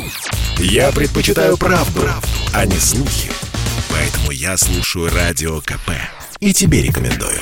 Я предпочитаю правду, а не слухи. Поэтому я слушаю Радио КП. И тебе рекомендую.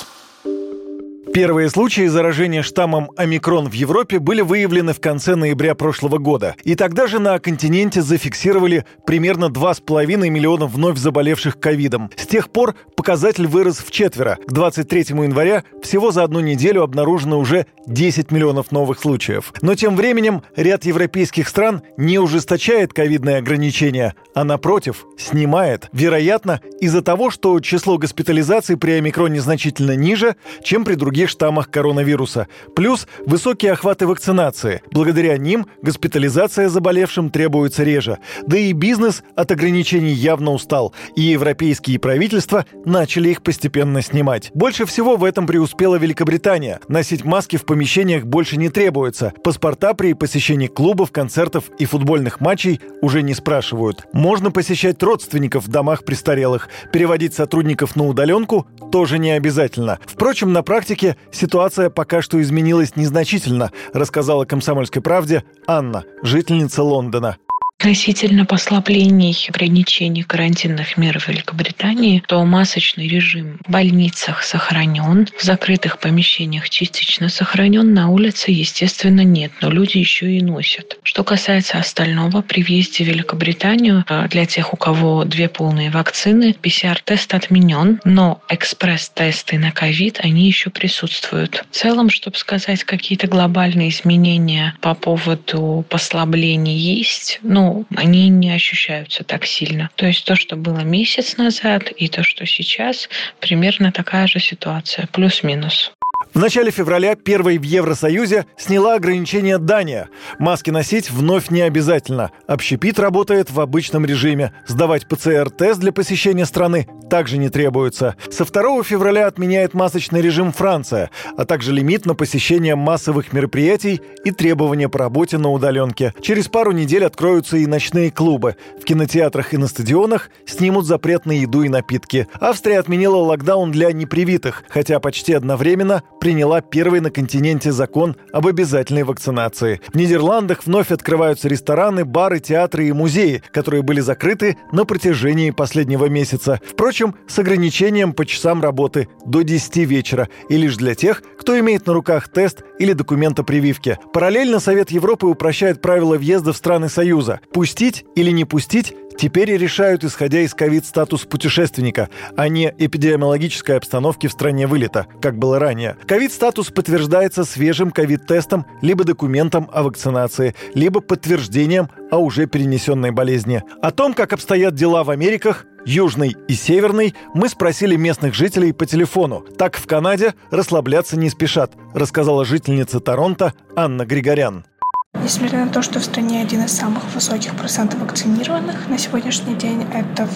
Первые случаи заражения штаммом омикрон в Европе были выявлены в конце ноября прошлого года. И тогда же на континенте зафиксировали примерно 2,5 миллиона вновь заболевших ковидом. С тех пор показатель вырос вчетверо. К 23 января всего за одну неделю обнаружено уже 10 миллионов новых случаев. Но тем временем ряд европейских стран не ужесточает ковидные ограничения, а напротив, снимает. Вероятно, из-за того, что число госпитализаций при омикроне значительно ниже, чем при других штаммах коронавируса. Плюс высокие охваты вакцинации. Благодаря ним госпитализация заболевшим требуется реже. Да и бизнес от ограничений явно устал, и европейские правительства начали их постепенно снимать. Больше всего в этом преуспела Великобритания. Носить маски в помещениях больше не требуется. Паспорта при посещении клубов, концертов и футбольных матчей уже не спрашивают. Можно посещать родственников в домах престарелых. Переводить сотрудников на удаленку тоже не обязательно. Впрочем, на практике ситуация пока что изменилась незначительно, рассказала «Комсомольской правде» Анна, жительница Лондона. Относительно послаблений ограничений карантинных мер в Великобритании, то масочный режим в больницах сохранен, в закрытых помещениях частично сохранен, на улице, естественно, нет, но люди еще и носят. Что касается остального, при въезде в Великобританию для тех, у кого 2 полные вакцины, ПЦР-тест отменен, но экспресс-тесты на ковид, они еще присутствуют. В целом, чтобы сказать, какие-то глобальные изменения по поводу послаблений есть, они не ощущаются так сильно. То есть то, что было месяц назад, и то, что сейчас, примерно такая же ситуация, плюс-минус. В начале февраля первой в Евросоюзе сняла ограничения Дания. Маски носить вновь не обязательно. Общепит работает в обычном режиме. Сдавать ПЦР-тест для посещения страны также не требуется. Со 2 февраля отменяет масочный режим Франция, а также лимит на посещение массовых мероприятий и требования по работе на удаленке. Через пару недель откроются и ночные клубы. В кинотеатрах и на стадионах снимут запрет на еду и напитки. Австрия отменила локдаун для непривитых, хотя почти одновременно приняла первый на континенте закон об обязательной вакцинации. В Нидерландах вновь открываются рестораны, бары, театры и музеи, которые были закрыты на протяжении последнего месяца. Впрочем, с ограничением по часам работы до 10 вечера и лишь для тех, кто имеет на руках тест или документ о прививке. Параллельно Совет Европы упрощает правила въезда в страны Союза. Пустить или не пустить теперь решают, исходя из ковид-статус путешественника, а не эпидемиологической обстановки в стране вылета, как было ранее. Ковид-статус подтверждается свежим ковид-тестом, либо документом о вакцинации, либо подтверждением о уже перенесенной болезни. О том, как обстоят дела в Америках, Южной и Северной, мы спросили местных жителей по телефону. Так в Канаде расслабляться не спешат, рассказала жительница Торонто Анна Григорян. Несмотря на то, что в стране один из самых высоких процентов вакцинированных, на сегодняшний день это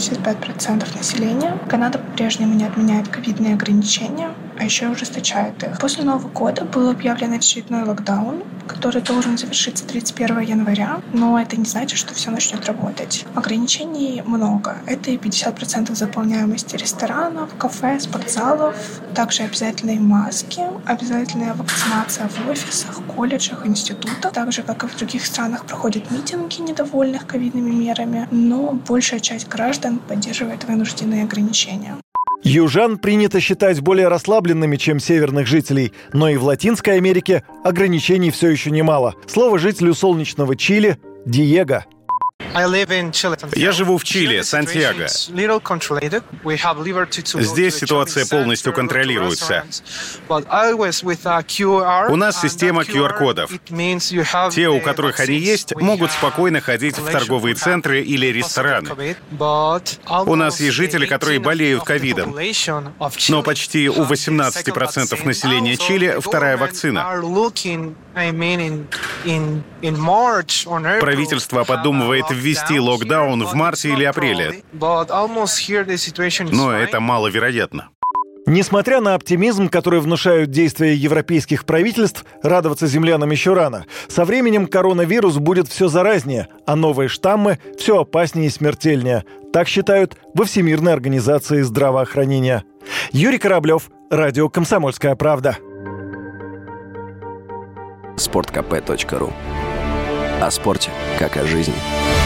85% населения, Канада по-прежнему не отменяет ковидные ограничения, а еще ужесточает их. После Нового года был объявлен очередной локдаун, который должен завершиться 31 января, но это не значит, что все начнет работать. Ограничений много. Это и 50% заполняемости ресторанов, кафе, спортзалов, также обязательные маски, обязательная вакцинация в офисах, колледжах, институтах. Так же, как и в других странах, проходят митинги недовольных ковидными мерами, но большая часть граждан поддерживает вынужденные ограничения. Южан принято считать более расслабленными, чем северных жителей, но и в Латинской Америке ограничений все еще немало. Слово жителю солнечного Чили – Диего. Я живу в Чили, Сантьяго. Здесь ситуация полностью контролируется. У нас система QR-кодов. Те, у которых они есть, могут спокойно ходить в торговые центры или рестораны. У нас есть жители, которые болеют ковидом, но почти у 18% населения Чили вторая вакцина. Правительство подумывает ввести локдаун в марте или апреле, но это маловероятно. Несмотря на оптимизм, который внушают действия европейских правительств, радоваться землянам еще рано. Со временем коронавирус будет все заразнее, а новые штаммы все опаснее и смертельнее. Так считают во Всемирной организации здравоохранения. Юрий Кораблев, радио «Комсомольская правда». sportkp.ru. О спорте, как о жизни.